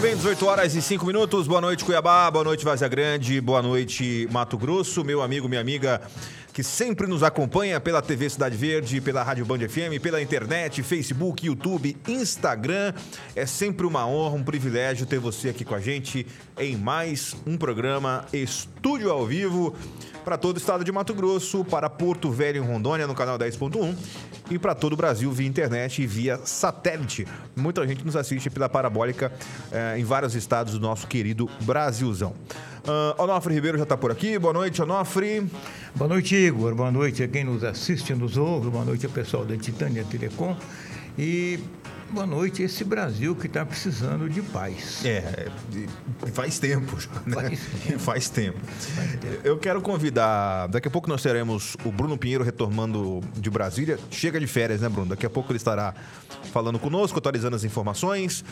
bem, 18 horas e 5 minutos. Boa noite, Cuiabá. Boa noite, Várzea Grande. Boa noite, Mato Grosso. Meu amigo, minha amiga, que sempre nos acompanha pela TV Cidade Verde, pela Rádio Band FM, pela internet, Facebook, YouTube, Instagram. É sempre uma honra, um privilégio ter você aqui com a gente em mais um programa Estúdio ao Vivo para todo o estado de Mato Grosso, para Porto Velho, em Rondônia, no canal 10.1 e para todo o Brasil via internet e via satélite. Muita gente nos assiste pela parabólica em vários estados do nosso querido Brasilzão. Onofre Ribeiro já está por aqui. Boa noite, Onofre. Boa noite, Igor. Boa noite a quem nos assiste e nos ouve. Boa noite ao pessoal da Titânia Telecom. E boa noite a esse Brasil que está precisando de paz. Faz tempo. Né? Faz tempo. Eu quero convidar... Daqui a pouco nós teremos o Bruno Pinheiro retornando de Brasília. Chega de férias, né, Bruno? Daqui a pouco ele estará falando conosco, atualizando as informações.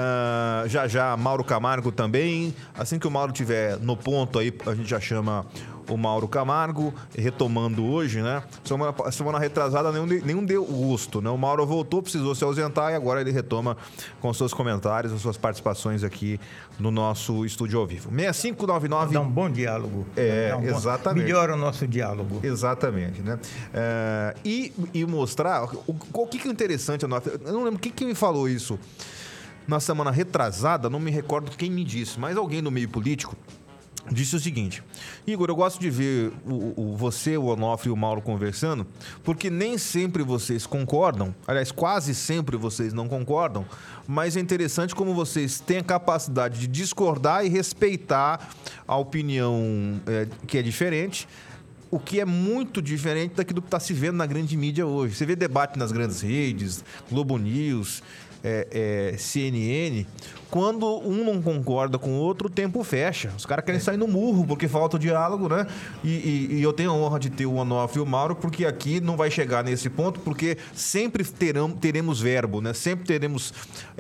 Já Mauro Camargo também. Assim que o Mauro estiver no ponto aí, a gente já chama o Mauro Camargo, retomando hoje, né? Semana retrasada nenhum deu gosto, né? O Mauro voltou, precisou se ausentar e agora ele retoma com seus comentários, as suas participações aqui no nosso estúdio ao vivo. 6599... Dá um bom diálogo. Exatamente. Melhora o nosso diálogo. Exatamente, né? E mostrar... O que é interessante, eu não lembro quem me falou isso na semana retrasada, não me recordo quem me disse, mas alguém no meio político disse o seguinte: Igor, eu gosto de ver você, o Onofre e o Mauro conversando, porque nem sempre vocês concordam, aliás, quase sempre vocês não concordam, mas é interessante como vocês têm a capacidade de discordar e respeitar a opinião que é diferente, o que é muito diferente daquilo que está se vendo na grande mídia hoje. Você vê debate nas grandes redes, Globo News, CNN, quando um não concorda com o outro, o tempo fecha. Os caras querem sair no murro porque falta o diálogo, né? E eu tenho a honra de ter o Onofre e o Mauro, porque aqui não vai chegar nesse ponto, porque sempre teremos verbo, né? Sempre teremos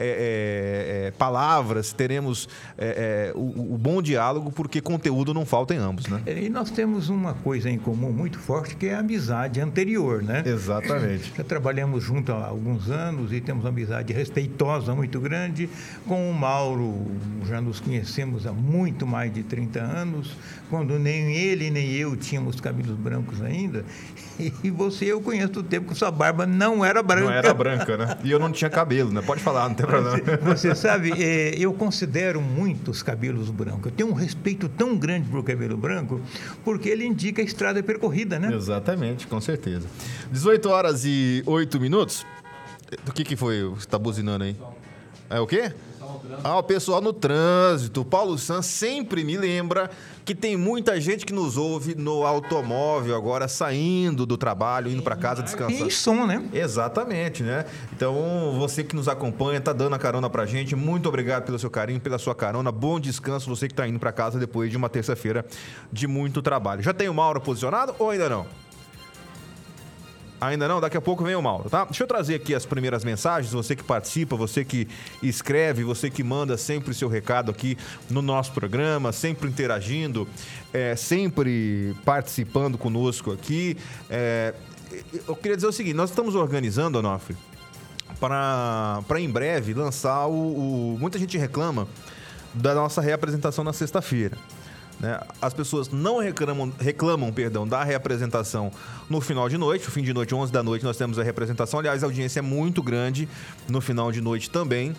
palavras, teremos o bom diálogo, porque conteúdo não falta em ambos, né? E nós temos uma coisa em comum muito forte, que é a amizade anterior, né? Exatamente. Já trabalhamos juntos há alguns anos e temos uma amizade respeitosa muito grande. Com o Mauro já nos conhecemos há muito mais de 30 anos, quando nem ele nem eu tínhamos cabelos brancos ainda. E você, eu conheço do tempo que sua barba não era branca. Não era branca, né? E eu não tinha cabelo, né? Pode falar, não tem problema. Você sabe, eu considero muito os cabelos brancos. Eu tenho um respeito tão grande por cabelo branco, porque ele indica a estrada percorrida, né? Exatamente, com certeza. 18 horas e 8 minutos. Do que foi? Você está buzinando aí? É o quê? O pessoal no trânsito. O Paulo Sanz sempre me lembra que tem muita gente que nos ouve no automóvel agora, saindo do trabalho, indo para casa descansar. E som, né? Exatamente, né? Então, você que nos acompanha, tá dando a carona pra gente, muito obrigado pelo seu carinho, pela sua carona. Bom descanso, você que tá indo para casa depois de uma terça-feira de muito trabalho. Já tem o Mauro posicionado ou ainda não? Ainda não? Daqui a pouco vem o Mauro, tá? Deixa eu trazer aqui as primeiras mensagens, você que participa, você que escreve, você que manda sempre o seu recado aqui no nosso programa, sempre interagindo, sempre participando conosco aqui. Eu queria dizer o seguinte, nós estamos organizando, Onofre, para em breve lançar muita gente reclama da nossa reapresentação na sexta-feira. Né? As pessoas não reclamam da reapresentação no final de noite. O fim de noite, 11 da noite, nós temos a reapresentação. Aliás, a audiência é muito grande no final de noite também.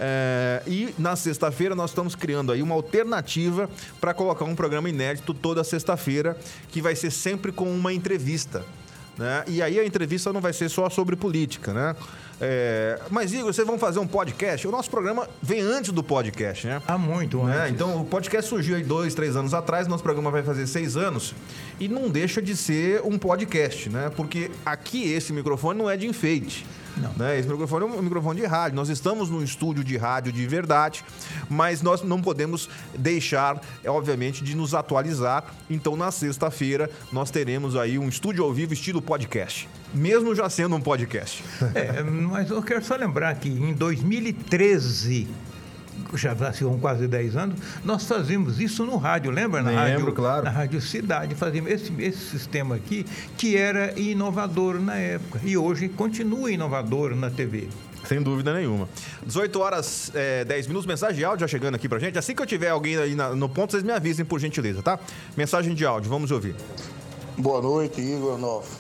E na sexta-feira nós estamos criando aí uma alternativa para colocar um programa inédito toda sexta-feira, que vai ser sempre com uma entrevista. Né? E aí a entrevista não vai ser só sobre política, né? Mas, Igor, vocês vão fazer um podcast? O nosso programa vem antes do podcast, né? Há muito antes. Então, o podcast surgiu aí 2, 3 anos atrás, nosso programa vai fazer 6 anos e não deixa de ser um podcast, né? Porque aqui esse microfone não é de enfeite. Não. Né? Esse microfone é um microfone de rádio. Nós estamos num estúdio de rádio de verdade, mas nós não podemos deixar, obviamente, de nos atualizar. Então, na sexta-feira, nós teremos aí um estúdio ao vivo estilo podcast, mesmo já sendo um podcast. Mas eu quero só lembrar que em 2013... já são quase 10 anos, nós fazíamos isso no rádio, lembra? Lembro, claro. Na Rádio Cidade, fazíamos esse sistema aqui, que era inovador na época, e hoje continua inovador na TV. Sem dúvida nenhuma. 18 horas, 10 minutos, mensagem de áudio já chegando aqui pra gente. Assim que eu tiver alguém aí no ponto, vocês me avisem, por gentileza, tá? Mensagem de áudio, vamos ouvir. Boa noite, Igor Onofre.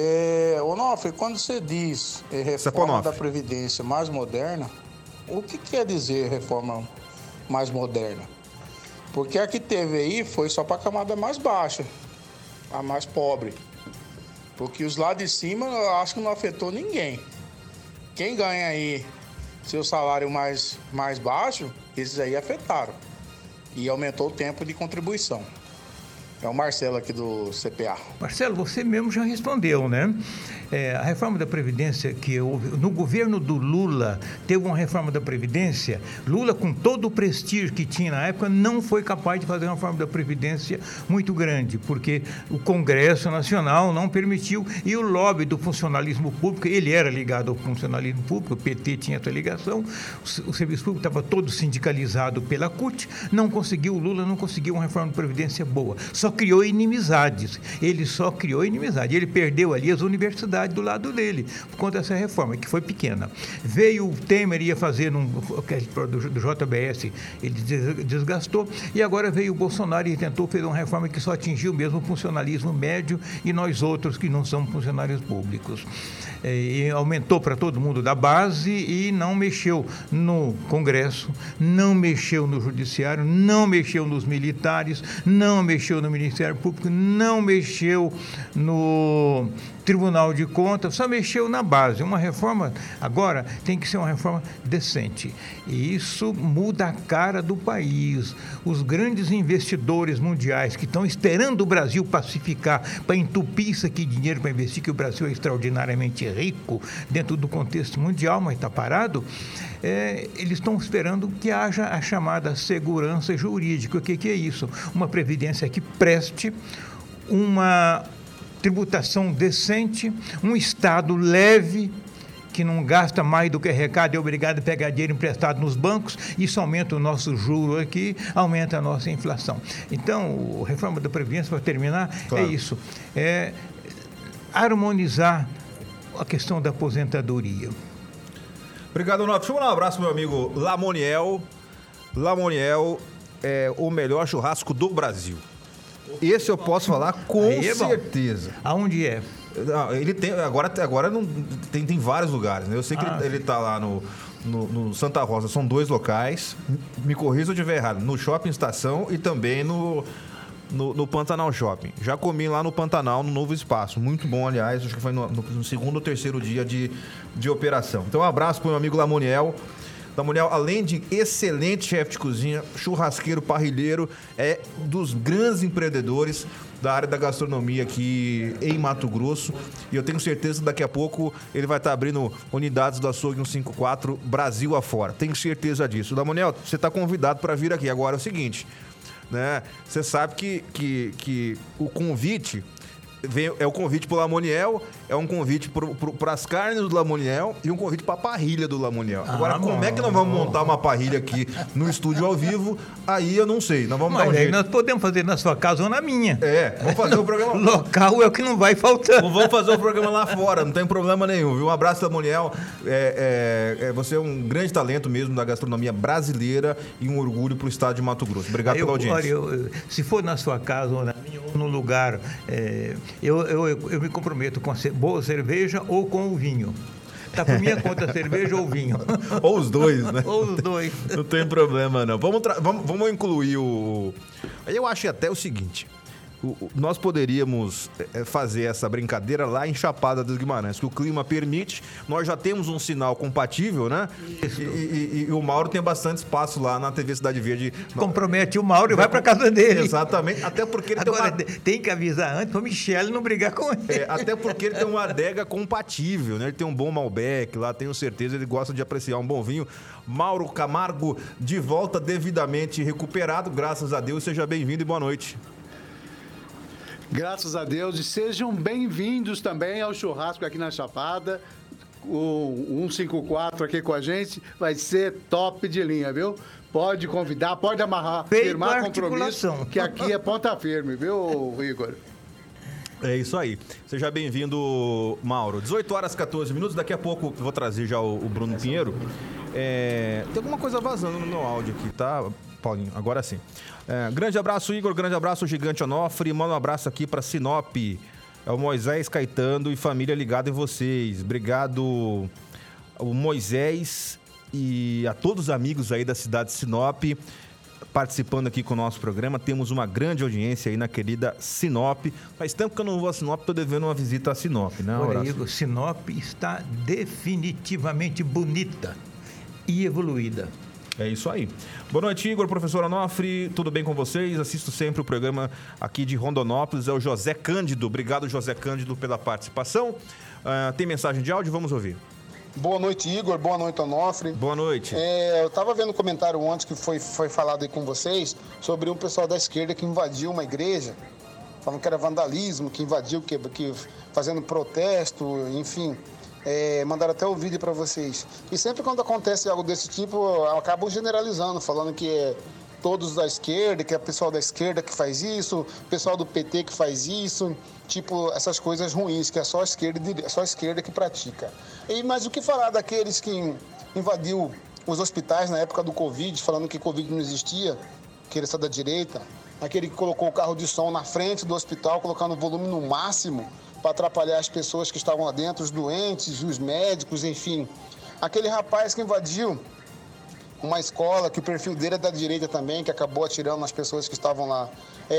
Onofre, quando você diz reforma da Previdência mais moderna, o que quer dizer reforma mais moderna? Porque a que teve aí foi só para a camada mais baixa, a mais pobre. Porque os lá de cima, eu acho que não afetou ninguém. Quem ganha aí seu salário mais baixo, esses aí afetaram. E aumentou o tempo de contribuição. É o Marcelo aqui do CPA. Marcelo, você mesmo já respondeu, né? A reforma da Previdência que houve no governo do Lula, teve uma reforma da Previdência. Lula, com todo o prestígio que tinha na época, não foi capaz de fazer uma reforma da Previdência muito grande, porque o Congresso Nacional não permitiu e o lobby do funcionalismo público, ele era ligado ao funcionalismo público, o PT tinha essa ligação, o serviço público estava todo sindicalizado pela CUT, o Lula não conseguiu uma reforma da Previdência boa. Só criou inimizades. Ele só criou inimizade. Ele perdeu ali as universidades do lado dele, por conta dessa reforma, que foi pequena. Veio o Temer, ia fazer do JBS, ele desgastou, e agora veio o Bolsonaro e tentou fazer uma reforma que só atingiu mesmo o funcionalismo médio e nós outros que não somos funcionários públicos. E aumentou para todo mundo da base e não mexeu no Congresso, não mexeu no Judiciário, não mexeu nos militares, não mexeu no Ministério Público, não mexeu no Tribunal de Contas, só mexeu na base. Uma reforma agora tem que ser uma reforma decente. E isso muda a cara do país. Os grandes investidores mundiais que estão esperando o Brasil pacificar para entupir isso aqui de dinheiro para investir, que o Brasil é extraordinariamente rico dentro do contexto mundial, mas está parado, eles estão esperando que haja a chamada segurança jurídica. O que é isso? Uma previdência que preste, uma tributação decente, um Estado leve, que não gasta mais do que arrecada, é obrigado a pegar dinheiro emprestado nos bancos, isso aumenta o nosso juro aqui, aumenta a nossa inflação. Então, a reforma da Previdência, para terminar, claro, é isso, harmonizar a questão da aposentadoria. Obrigado, Noto. Deixa eu mandar um abraço, meu amigo Lamoniel. Lamoniel é o melhor churrasco do Brasil. Esse eu posso falar com certeza. Aonde é? Não, ele tem, agora não, tem vários lugares, né? Eu sei que ele tá lá no Santa Rosa, são 2 locais. Me corrija se eu estiver errado. No Shopping Estação e também no Pantanal Shopping. Já comi lá no Pantanal, no novo espaço. Muito bom, aliás. Acho que foi no segundo ou terceiro dia de operação. Então, um abraço pro meu amigo Lamoniel. Lamoniel, além de excelente chefe de cozinha, churrasqueiro, parrilheiro, é dos grandes empreendedores da área da gastronomia aqui em Mato Grosso. E eu tenho certeza que daqui a pouco ele vai estar abrindo unidades do Açougue 154 Brasil afora. Tenho certeza disso. Lamoniel, você está convidado para vir aqui. Agora é o seguinte, né? Você sabe que o convite é o convite pro Lamoniel, é um convite para as carnes do Lamoniel e um convite para a parrilha do Lamoniel. Agora, como é que nós vamos montar uma parrilha aqui no estúdio ao vivo? Aí eu não sei. Nós vamos dar um jeito. Nós podemos fazer na sua casa ou na minha. Vamos fazer o programa. Local é o que não vai faltar. Vamos fazer o programa lá fora, não tem problema nenhum, viu? Um abraço, Lamoniel. Você é um grande talento mesmo da gastronomia brasileira e um orgulho para o estado de Mato Grosso. Obrigado pela audiência. Olha, se for na sua casa ou na minha ou no lugar, eu me comprometo com boa cerveja ou com o vinho. Tá por minha conta, cerveja ou vinho. Ou os dois, né? Ou os dois. Não tem problema, não. Vamos incluir Eu acho até o seguinte. Nós poderíamos fazer essa brincadeira lá em Chapada dos Guimarães, que o clima permite. Nós já temos um sinal compatível, né? E o Mauro tem bastante espaço lá na TV Cidade Verde. Compromete o Mauro e vai para casa dele. Exatamente. Até porque ele tem que avisar antes para o Michele não brigar com ele. Até porque ele tem uma adega compatível, né? Ele tem um bom Malbec lá, tenho certeza. Ele gosta de apreciar um bom vinho. Mauro Camargo, de volta devidamente recuperado, graças a Deus. Seja bem-vindo e boa noite. Graças a Deus, e sejam bem-vindos também ao churrasco aqui na Chapada. O 154 aqui com a gente vai ser top de linha, viu? Pode convidar, pode amarrar, firmar compromisso, que aqui é ponta firme, viu, Igor? É isso aí. Seja bem-vindo, Mauro. 18 horas e 14 minutos. Daqui a pouco eu vou trazer já o Bruno Pinheiro. Tem alguma coisa vazando no meu áudio aqui, tá, Paulinho? Agora sim. Grande abraço, Igor. Grande abraço, Gigante Onofre. Manda um abraço aqui para Sinop. É o Moisés Caetano e família ligada em vocês. Obrigado, o Moisés e a todos os amigos aí da cidade de Sinop participando aqui com o nosso programa. Temos uma grande audiência aí na querida Sinop. Faz tempo que eu não vou a Sinop, tô devendo uma visita a Sinop, né? Olha, Igor, Sinop está definitivamente bonita e evoluída. É isso aí. Boa noite, Igor, professor Onofre, tudo bem com vocês? Assisto sempre o programa aqui de Rondonópolis, é o José Cândido. Obrigado, José Cândido, pela participação. Tem mensagem de áudio? Vamos ouvir. Boa noite, Igor. Boa noite, Onofre. Boa noite. Eu estava vendo um comentário antes que foi falado aí com vocês sobre um pessoal da esquerda que invadiu uma igreja, falando que era vandalismo, que invadiu, que fazendo protesto, enfim. Mandaram até o vídeo para vocês. E sempre quando acontece algo desse tipo, acabam generalizando, falando que é todos da esquerda, que é o pessoal da esquerda que faz isso, o pessoal do PT que faz isso, tipo, essas coisas ruins, que é só a esquerda que pratica. Mas o que falar daqueles que invadiu os hospitais na época do Covid, falando que Covid não existia, que eles são da direita, aquele que colocou o carro de som na frente do hospital, colocando o volume no máximo, para atrapalhar as pessoas que estavam lá dentro, os doentes, os médicos, enfim. Aquele rapaz que invadiu uma escola, que o perfil dele é da direita também, que acabou atirando nas pessoas que estavam lá.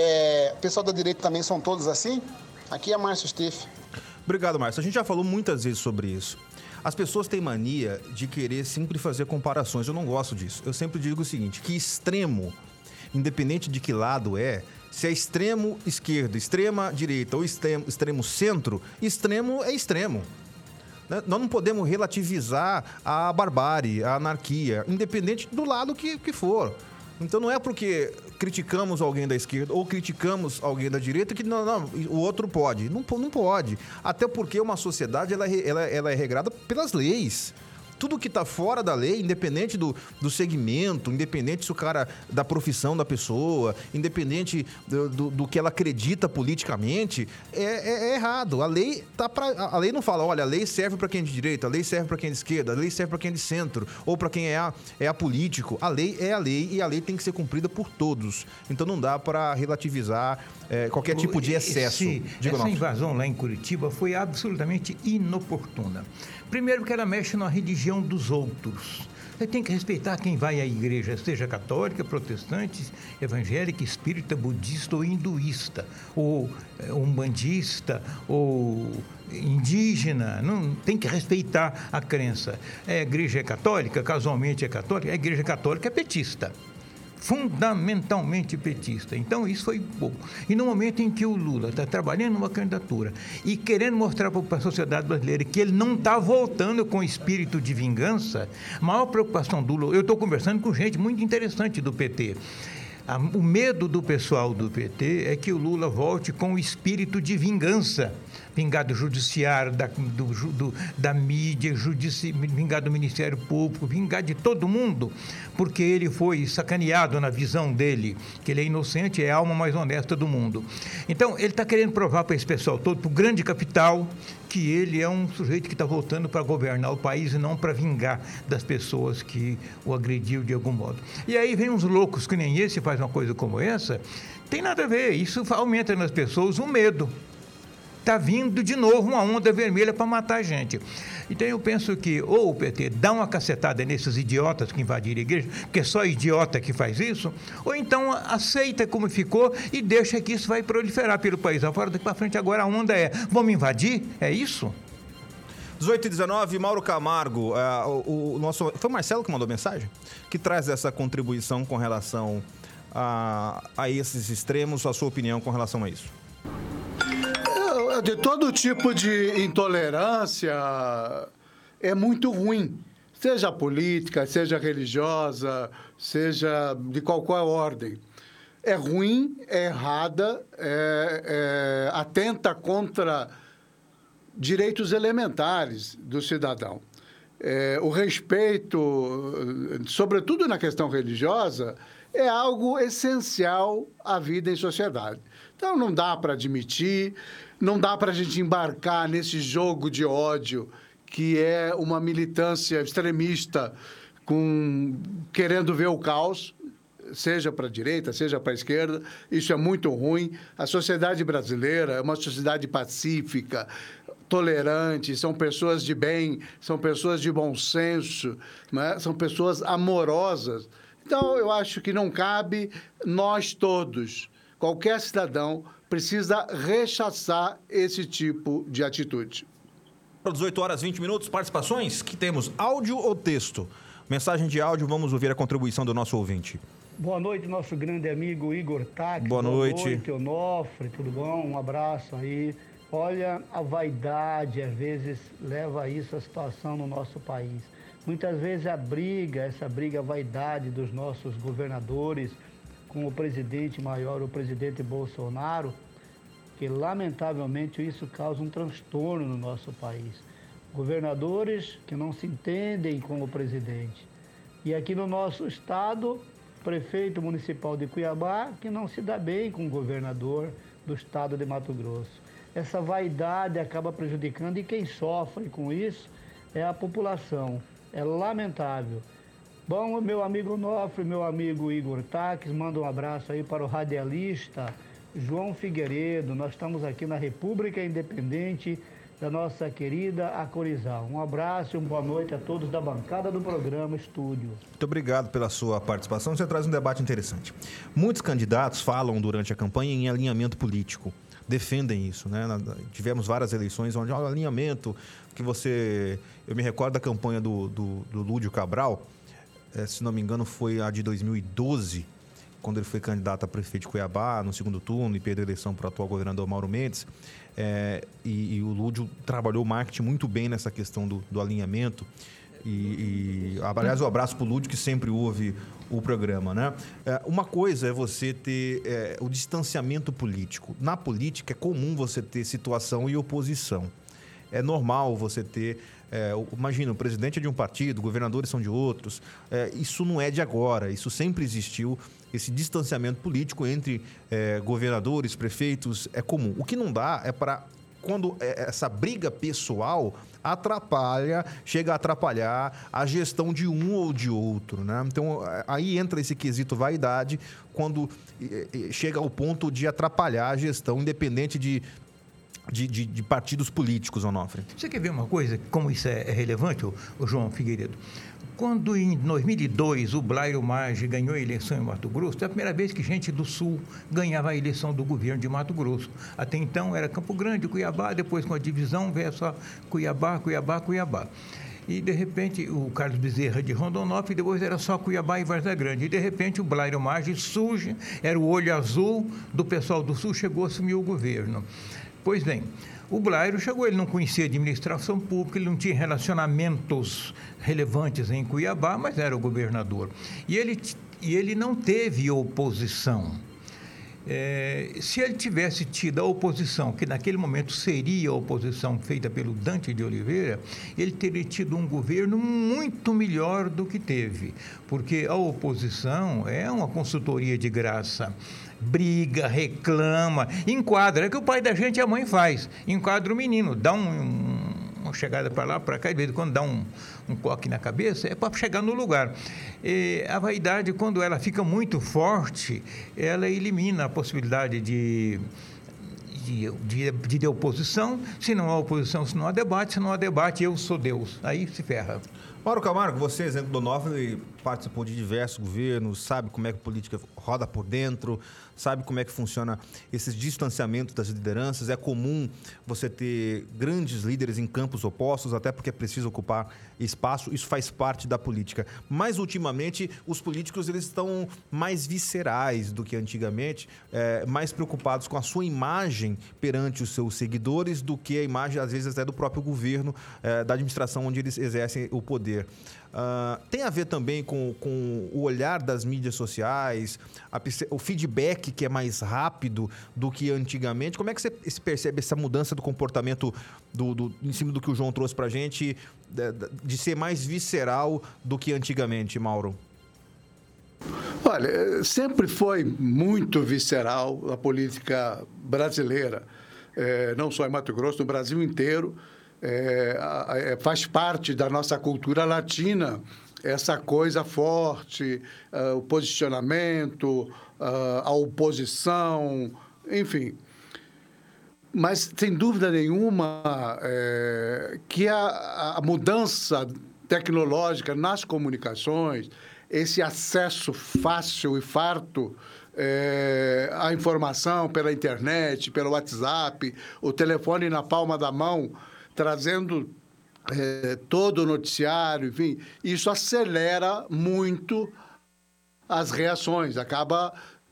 O pessoal da direita também são todos assim? Aqui é Márcio Steff. Obrigado, Márcio. A gente já falou muitas vezes sobre isso. As pessoas têm mania de querer sempre fazer comparações. Eu não gosto disso. Eu sempre digo o seguinte, que extremo, independente de que lado se é extremo esquerda, extrema direita ou extremo centro, extremo é extremo. Nós não podemos relativizar a barbárie, a anarquia, independente do lado que for. Então não é porque criticamos alguém da esquerda ou criticamos alguém da direita que não, o outro pode. Não pode. Até porque uma sociedade ela é regrada pelas leis. Tudo que está fora da lei, independente do segmento, independente se o cara da profissão da pessoa, independente do que ela acredita politicamente, é errado. A lei não fala, olha, a lei serve para quem é de direita, a lei serve para quem é de esquerda, a lei serve para quem é de centro, ou para quem é apolítico. A lei é a lei e a lei tem que ser cumprida por todos. Então não dá para relativizar qualquer tipo de excesso. Essa invasão lá em Curitiba foi absolutamente inoportuna. Primeiro que ela mexe na religião dos outros. Você tem que respeitar quem vai à igreja, seja católica, protestante, evangélica, espírita, budista ou hinduísta, ou umbandista, ou indígena. Não, tem que respeitar a crença. A igreja é católica, casualmente é católica, a igreja católica é petista. Fundamentalmente petista. Então, isso foi bom. E no momento em que o Lula está trabalhando numa candidatura e querendo mostrar para a sociedade brasileira que ele não está voltando com espírito de vingança, a maior preocupação do Lula... Eu estou conversando com gente muito interessante do PT. O medo do pessoal do PT é que o Lula volte com o espírito de vingança. Vingar do judiciário, da mídia, vingar do Ministério Público, vingar de todo mundo, porque ele foi sacaneado na visão dele, que ele é inocente, é a alma mais honesta do mundo. Então, ele está querendo provar para esse pessoal todo, para o grande capital, que ele é um sujeito que está voltando para governar o país e não para vingar das pessoas que o agrediu de algum modo. E aí vem uns loucos que nem esse, faz uma coisa como essa, tem nada a ver, isso aumenta nas pessoas o medo. Está vindo de novo uma onda vermelha para matar a gente. Então eu penso que ou o PT dá uma cacetada nesses idiotas que invadiram a igreja, porque é só idiota que faz isso, ou então aceita como ficou e deixa que isso vai proliferar pelo país afora. Daqui para frente agora a onda vamos invadir? É isso? 18h19, Mauro Camargo, foi o Marcelo que mandou mensagem? Que traz essa contribuição com relação a esses extremos, a sua opinião com relação a isso? De todo tipo de intolerância é muito ruim, seja política, seja religiosa, seja de qualquer ordem. É ruim, é errada, atenta contra direitos elementares do cidadão. O respeito, sobretudo na questão religiosa, é algo essencial à vida em sociedade. Então, não dá para admitir. não dá para a gente embarcar nesse jogo de ódio que é uma militância extremista querendo ver o caos, seja para a direita, seja para a esquerda. Isso é muito ruim. A sociedade brasileira é uma sociedade pacífica, tolerante, são pessoas de bem, são pessoas de bom senso, né? São pessoas amorosas. Então, eu acho que não cabe nós todos, qualquer cidadão, precisa rechaçar esse tipo de atitude. 18 horas 20 minutos, participações, que temos áudio ou texto? Mensagem de áudio, vamos ouvir a contribuição do nosso ouvinte. Boa noite, nosso grande amigo Igor Taques. Boa noite. Boa noite, Onofre, tudo bom? Um abraço aí. Olha, a vaidade, às vezes, leva a isso, a situação no nosso país. Muitas vezes essa briga, a vaidade dos nossos governadores com o presidente maior, o presidente Bolsonaro, que lamentavelmente isso causa um transtorno no nosso país. Governadores que não se entendem com o presidente. E aqui no nosso estado, prefeito municipal de Cuiabá, que não se dá bem com o governador do estado de Mato Grosso. Essa vaidade acaba prejudicando e quem sofre com isso é a população. É lamentável. Bom, meu amigo Onofre, meu amigo Igor Taques, manda um abraço aí para o radialista João Figueiredo. Nós estamos aqui na República Independente da nossa querida Acorizal. Um abraço e uma boa noite a todos da bancada do programa Estúdio. Muito obrigado pela sua participação. Você traz um debate interessante. Muitos candidatos falam durante a campanha em alinhamento político. Defendem isso, né? Tivemos várias eleições onde o alinhamento que você... Eu me recordo da campanha do Lúdio Cabral, se não me engano foi a de 2012, quando ele foi candidato a prefeito de Cuiabá no segundo turno e perdeu a eleição para o atual governador Mauro Mendes. E o Lúdio trabalhou o marketing muito bem nessa questão do alinhamento. Aliás, um abraço para o Lúdio, que sempre ouve o programa, né? Uma coisa é você ter o distanciamento político. Na política é comum você ter situação e oposição. É normal você ter... imagina, o presidente é de um partido, governadores são de outros. Isso não é de agora, isso sempre existiu. Esse distanciamento político entre governadores, prefeitos, é comum. O que não dá é para... Quando essa briga pessoal chega a atrapalhar a gestão de um ou de outro, né? Então, aí entra esse quesito vaidade, quando chega ao ponto de atrapalhar a gestão, independente de partidos políticos, Onofre. Você quer ver uma coisa, como isso é relevante, o João Figueiredo? Quando em 2002 o Blairo Maggi ganhou a eleição em Mato Grosso, é a primeira vez que gente do Sul ganhava a eleição do governo de Mato Grosso. Até então era Campo Grande, Cuiabá, depois com a divisão veio só Cuiabá. E, de repente, o Carlos Bezerra de Rondonópolis, depois era só Cuiabá e Várzea Grande. E, de repente, o Blairo Maggi surge, era o olho azul do pessoal do Sul, chegou a assumir o governo. Pois bem, o Blairo chegou, ele não conhecia administração pública, ele não tinha relacionamentos relevantes em Cuiabá, mas era o governador. E ele não teve oposição. Se ele tivesse tido a oposição, que naquele momento seria a oposição feita pelo Dante de Oliveira, ele teria tido um governo muito melhor do que teve, porque a oposição é uma consultoria de graça. Briga, reclama, enquadra, é que o pai da gente e a mãe faz, enquadra o menino, dá uma chegada para lá, para cá, de vez em quando dá um coque na cabeça, é para chegar no lugar. A vaidade, quando ela fica muito forte, ela elimina a possibilidade de oposição. Se não há oposição, se não há debate, eu sou Deus, aí se ferra. Mauro Camargo, você, exemplo do Onofre, participou de diversos governos, sabe como é que a política roda por dentro, sabe como é que funciona esses distanciamentos das lideranças. É comum você ter grandes líderes em campos opostos, até porque é preciso ocupar espaço, isso faz parte da política. Mas, ultimamente, os políticos eles estão mais viscerais do que antigamente, mais preocupados com a sua imagem perante os seus seguidores do que a imagem, às vezes, até do próprio governo, da administração onde eles exercem o poder. Tem a ver também com o olhar das mídias sociais, o feedback que é mais rápido do que antigamente. Como é que você percebe essa mudança do comportamento em cima do que o João trouxe para a gente, de ser mais visceral do que antigamente, Mauro? Olha, sempre foi muito visceral a política brasileira. não só em Mato Grosso, no Brasil inteiro. Faz parte da nossa cultura latina essa coisa forte, o posicionamento, a oposição, enfim. Mas, sem dúvida nenhuma, que a mudança tecnológica nas comunicações, esse acesso fácil e farto à informação pela internet, pelo WhatsApp, o telefone na palma da mão, trazendo todo o noticiário, enfim, isso acelera muito as reações, acaba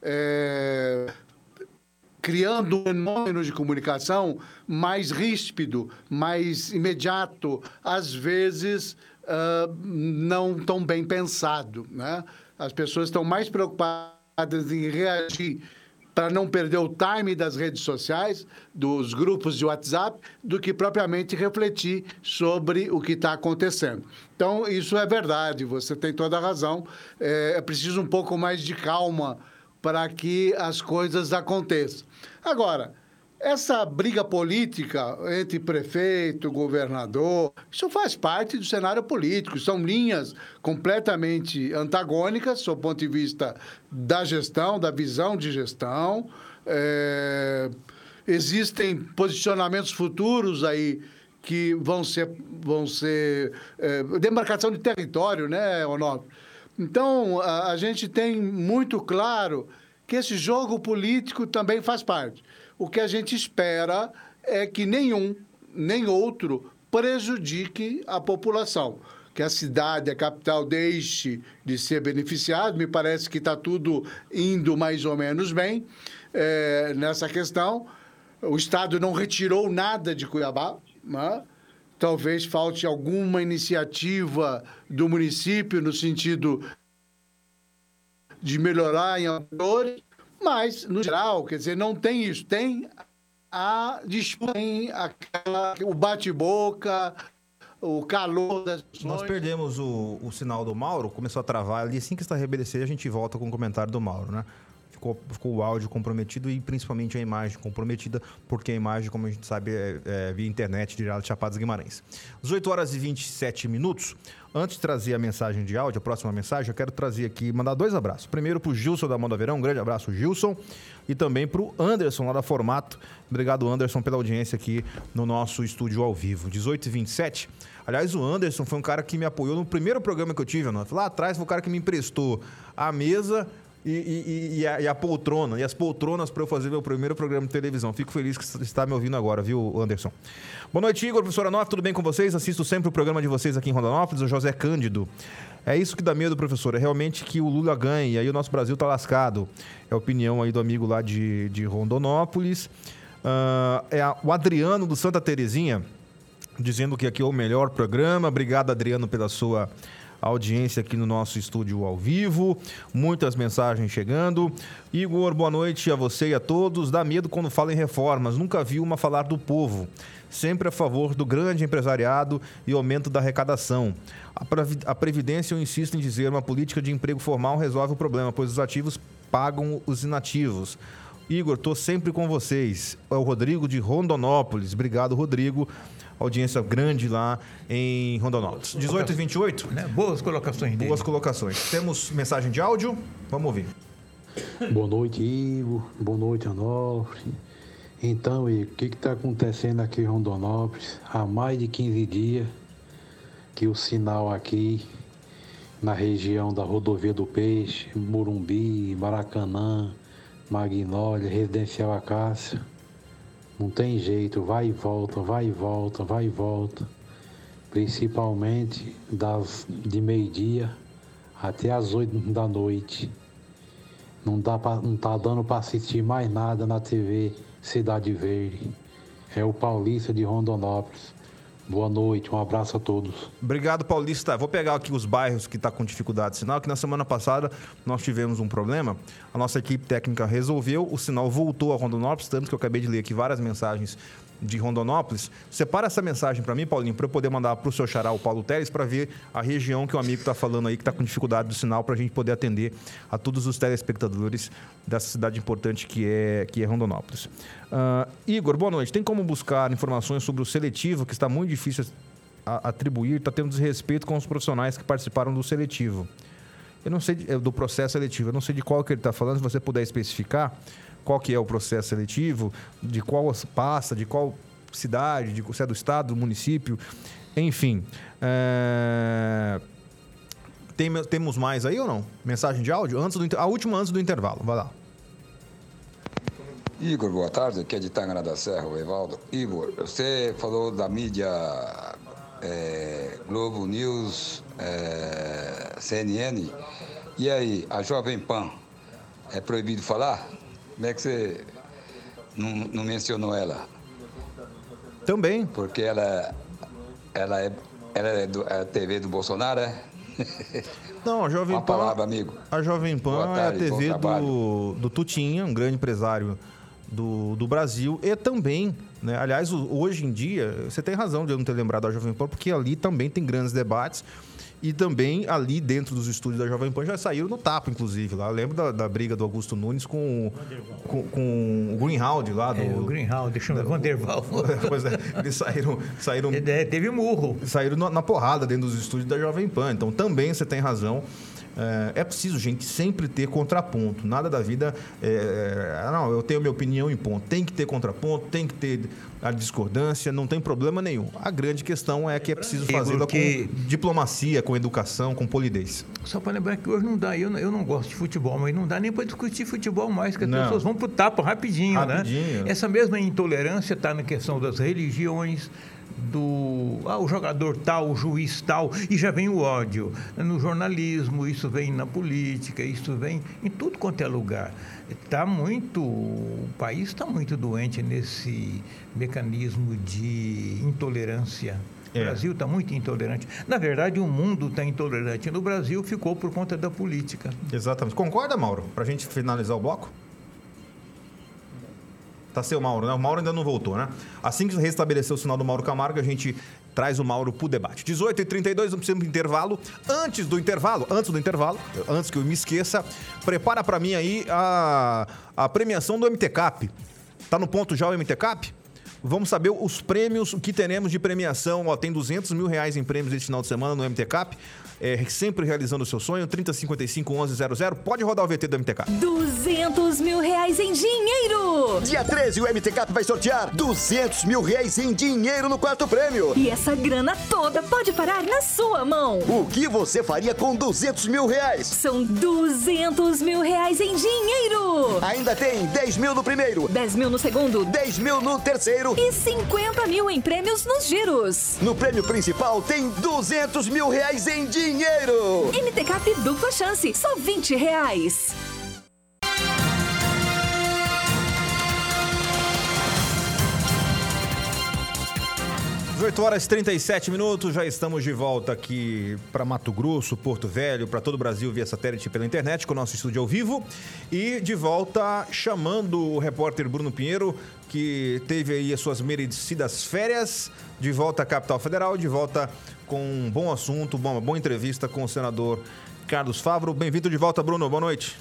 criando um fenômeno de comunicação mais ríspido, mais imediato, às vezes não tão bem pensado, né? As pessoas estão mais preocupadas em reagir para não perder o time das redes sociais, dos grupos de WhatsApp, do que propriamente refletir sobre o que está acontecendo. Então, isso é verdade, você tem toda a razão. É preciso um pouco mais de calma para que as coisas aconteçam. Agora, essa briga política entre prefeito, governador, isso faz parte do cenário político. São linhas completamente antagônicas, sob o ponto de vista da gestão, da visão de gestão. Existem posicionamentos futuros aí que vão ser demarcação de território, né, Onofre? Então, a gente tem muito claro que esse jogo político também faz parte. O que a gente espera é que nenhum, nem outro, prejudique a população. Que a cidade, a capital, deixe de ser beneficiada. Me parece que está tudo indo mais ou menos bem nessa questão. O Estado não retirou nada de Cuiabá, né? Talvez falte alguma iniciativa do município no sentido de melhorar em atores, mas, no geral, quer dizer, não tem isso. Tem a disputa, tem o bate-boca, o calor das pessoas. Nós perdemos o sinal do Mauro, começou a travar ali. Assim que está restabelecer, a gente volta com o comentário do Mauro, né? Ficou o áudio comprometido e principalmente a imagem comprometida, porque a imagem, como a gente sabe, é via internet, direto de Chapada dos Guimarães. 18 horas e 27 minutos. Antes de trazer a mensagem de áudio, a próxima mensagem, eu quero trazer aqui, mandar 2 abraços. Primeiro para o Gilson da Moda Verão, um grande abraço, Gilson. E também para o Anderson, lá da Formato. Obrigado, Anderson, pela audiência aqui no nosso estúdio ao vivo. 18 e 27. Aliás, o Anderson foi um cara que me apoiou no primeiro programa que eu tive, lá atrás foi o cara que me emprestou a mesa e a poltrona, e as poltronas para eu fazer meu primeiro programa de televisão. Fico feliz que você está me ouvindo agora, viu, Anderson? Boa noite, Igor, professora Onofre, tudo bem com vocês? Assisto sempre o programa de vocês aqui em Rondonópolis, o José Cândido. É isso que dá medo, professor, é realmente que o Lula ganhe, e aí o nosso Brasil está lascado. É a opinião aí do amigo lá de Rondonópolis. O Adriano do Santa Terezinha, dizendo que aqui é o melhor programa. Obrigado, Adriano, pela sua audiência aqui no nosso estúdio ao vivo. Muitas mensagens chegando. Igor, boa noite a você e a todos. Dá medo quando fala em reformas. Nunca vi uma falar do povo. Sempre a favor do grande empresariado e aumento da arrecadação. A Previdência, eu insisto em dizer, uma política de emprego formal resolve o problema, pois os ativos pagam os inativos. Igor, estou sempre com vocês. É o Rodrigo de Rondonópolis. Obrigado, Rodrigo. Audiência grande lá em Rondonópolis. 18 e 28. Boas colocações dele. Boas colocações. Temos mensagem de áudio? Vamos ouvir. Boa noite, Igor. Boa noite, Onofre. Então, Igor, o que está acontecendo aqui em Rondonópolis? Há mais de 15 dias que o sinal aqui na região da Rodovia do Peixe, Morumbi, Maracanã, Magnólia, Residencial Acácia, não tem jeito, vai e volta, vai e volta, vai e volta. Principalmente de meio-dia até as 8 da noite. Não tá dando para assistir mais nada na TV Cidade Verde. É o Paulista de Rondonópolis. Boa noite, um abraço a todos. Obrigado, Paulista. Vou pegar aqui os bairros que estão com dificuldade de sinal, que na semana passada nós tivemos um problema. A nossa equipe técnica resolveu, o sinal voltou a Rondonópolis, tanto que eu acabei de ler aqui várias mensagens de Rondonópolis. Separa essa mensagem para mim, Paulinho, para eu poder mandar para o seu xará, o Paulo Teles, para ver a região que o amigo está falando aí, que está com dificuldade do sinal, para a gente poder atender a todos os telespectadores dessa cidade importante que é Rondonópolis. Igor, boa noite. Tem como buscar informações sobre o seletivo, que está muito difícil atribuir, está tendo desrespeito com os profissionais que participaram do seletivo. Eu não sei do processo seletivo, eu não sei de qual que ele está falando, se você puder especificar qual que é o processo seletivo, de qual pasta, de qual cidade, se é do estado, do município, enfim. Temos mais aí ou não? Mensagem de áudio? A última antes do intervalo, vai lá. Igor, boa tarde, aqui é de Tangará da Serra, o Evaldo. Igor, você falou da mídia Globo News, CNN, e aí, a Jovem Pan, é proibido falar? Como é que você não mencionou ela? Também. Porque ela é a TV do Bolsonaro, é? Não, a Jovem Pan... Uma palavra, amigo. A Jovem Pan é a TV do Tutinha, um grande empresário do Brasil, e também, né, aliás, hoje em dia, você tem razão de eu não ter lembrado da Jovem Pan, porque ali também tem grandes debates, e também ali dentro dos estúdios da Jovem Pan já saíram no tapa, inclusive. Lá. Eu lembro da briga do Augusto Nunes com o Greenhalgh lá. O Greenhalgh, chama Vanderval. Pois é, eles saíram... Teve murro. Saíram na porrada dentro dos estúdios da Jovem Pan. Então também você tem razão. É preciso, gente, sempre ter contraponto. Nada da vida... não, eu tenho minha opinião em ponto. Tem que ter contraponto, tem que ter a discordância, não tem problema nenhum. A grande questão é que é preciso fazê-la com diplomacia, com educação, com polidez. Só para lembrar que hoje não dá, eu não gosto de futebol, mas não dá nem para discutir futebol mais, que as pessoas vão pro tapa rapidinho, né? Essa mesma intolerância está na questão das religiões, o jogador tal, o juiz tal, e já vem o ódio. No jornalismo, isso vem na política, isso vem em tudo quanto é lugar. O país está muito doente nesse mecanismo de intolerância. O Brasil está muito intolerante. Na verdade, o mundo está intolerante. No Brasil, ficou por conta da política. Exatamente. Concorda, Mauro? Para a gente finalizar o bloco? Tá seu Mauro, né? O Mauro ainda não voltou, né? Assim que restabelecer o sinal do Mauro Camargo, a gente traz o Mauro pro debate. 18h32, vamos para o intervalo. Antes do intervalo, antes que eu me esqueça, prepara para mim aí a premiação do MTCap. Tá no ponto já o MTCap? Vamos saber os prêmios, o que teremos de premiação. Tem R$200 mil em prêmios esse final de semana no MTCap. Sempre realizando o seu sonho, 3055-1100. Pode rodar o VT do MTCap. R$200 mil em dinheiro! Dia 13, o MTCap vai sortear R$200 mil em dinheiro no quarto prêmio. E essa grana toda pode parar na sua mão. O que você faria com R$200 mil? São R$200 mil em dinheiro! Ainda tem 10 mil no primeiro, 10 mil no segundo, 10 mil no terceiro e 50 mil em prêmios nos giros. No prêmio principal tem R$200 mil em dinheiro. MTCap dupla chance, só R$20. 18h37, já estamos de volta aqui para Mato Grosso, Porto Velho, para todo o Brasil via satélite pela internet, com o nosso estúdio ao vivo. E de volta chamando o repórter Bruno Pinheiro, que teve aí as suas merecidas férias, de volta à capital federal, de volta com um bom assunto, uma boa entrevista com o senador Carlos Favaro. Bem-vindo de volta, Bruno. Boa noite.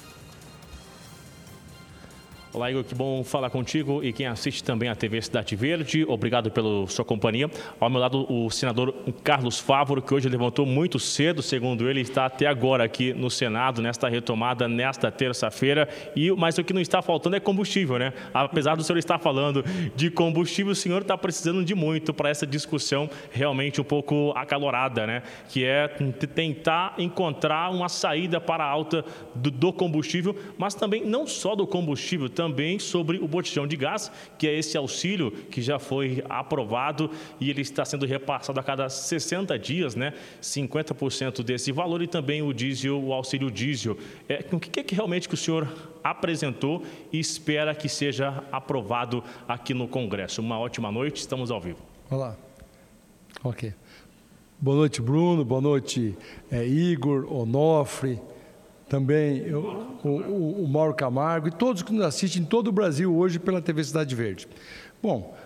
Olá, Igor, que bom falar contigo e quem assiste também a TV Cidade Verde. Obrigado pela sua companhia. Ao meu lado, o senador Carlos Favaro, que hoje levantou muito cedo, segundo ele, está até agora aqui no Senado, nesta retomada, nesta terça-feira. Mas o que não está faltando é combustível, né? Apesar do senhor estar falando de combustível, o senhor está precisando de muito para essa discussão realmente um pouco acalorada, né? Que é tentar encontrar uma saída para a alta do combustível, mas também não só do combustível, também sobre o botijão de gás, que é esse auxílio que já foi aprovado e ele está sendo repassado a cada 60 dias, né? 50% desse valor, e também o diesel, o auxílio diesel. O que é que realmente que o senhor apresentou e espera que seja aprovado aqui no Congresso? Uma ótima noite, estamos ao vivo. Olá. Ok. Boa noite, Bruno. Boa noite, Igor, Onofre. Também o Mauro Camargo e todos que nos assistem em todo o Brasil hoje pela TV Cidade Verde. Bom,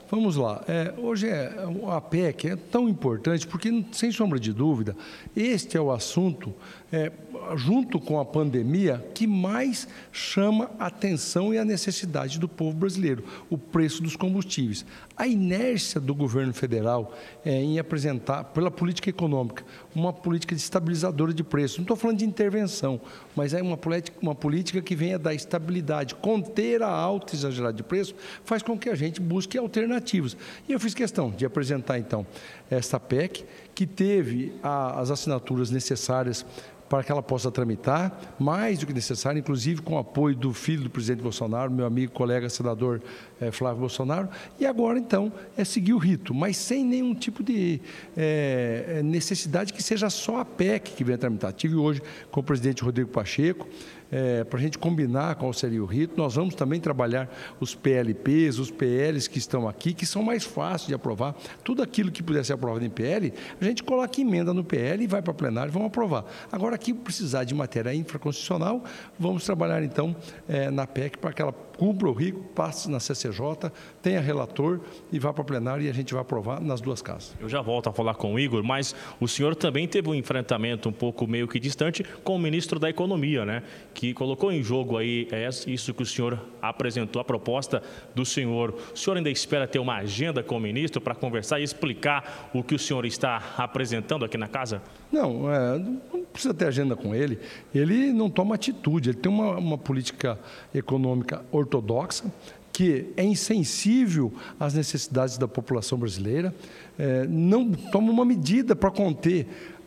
Vamos lá. Hoje a PEC é tão importante porque, sem sombra de dúvida, este é o assunto, junto com a pandemia, que mais chama a atenção e a necessidade do povo brasileiro, o preço dos combustíveis. A inércia do governo federal em apresentar, pela política econômica, uma política estabilizadora de preços. Não estou falando de intervenção, mas é uma política que venha dar estabilidade, conter a alta exagerada de preço, faz com que a gente busque alternativas. E eu fiz questão de apresentar, então, esta PEC, que teve as assinaturas necessárias para que ela possa tramitar, mais do que necessário, inclusive com o apoio do filho do presidente Bolsonaro, meu amigo, colega, senador Flávio Bolsonaro, e agora, então, seguir o rito, mas sem nenhum tipo de necessidade que seja só a PEC que venha tramitar. Tive hoje com o presidente Rodrigo Pacheco, para a gente combinar qual seria o rito. Nós vamos também trabalhar os PLPs, os PLs que estão aqui, que são mais fáceis de aprovar. Tudo aquilo que puder ser aprovado em PL, a gente coloca emenda no PL e vai para plenário e vamos aprovar. Agora, aqui precisar de matéria infraconstitucional, vamos trabalhar então na PEC para que ela cumpra o rito, passe na CCJ, tenha relator e vá para plenário e a gente vai aprovar nas duas casas. Eu já volto a falar com o Igor, mas o senhor também teve um enfrentamento um pouco meio que distante com o ministro da Economia, né? Que colocou em jogo aí isso que o senhor apresentou, a proposta do senhor. O senhor ainda espera ter uma agenda com o ministro para conversar e explicar o que o senhor está apresentando aqui na casa? Não, não precisa ter agenda com ele. Ele não toma atitude, ele tem uma política econômica ortodoxa, que é insensível às necessidades da população brasileira, não toma uma medida para conter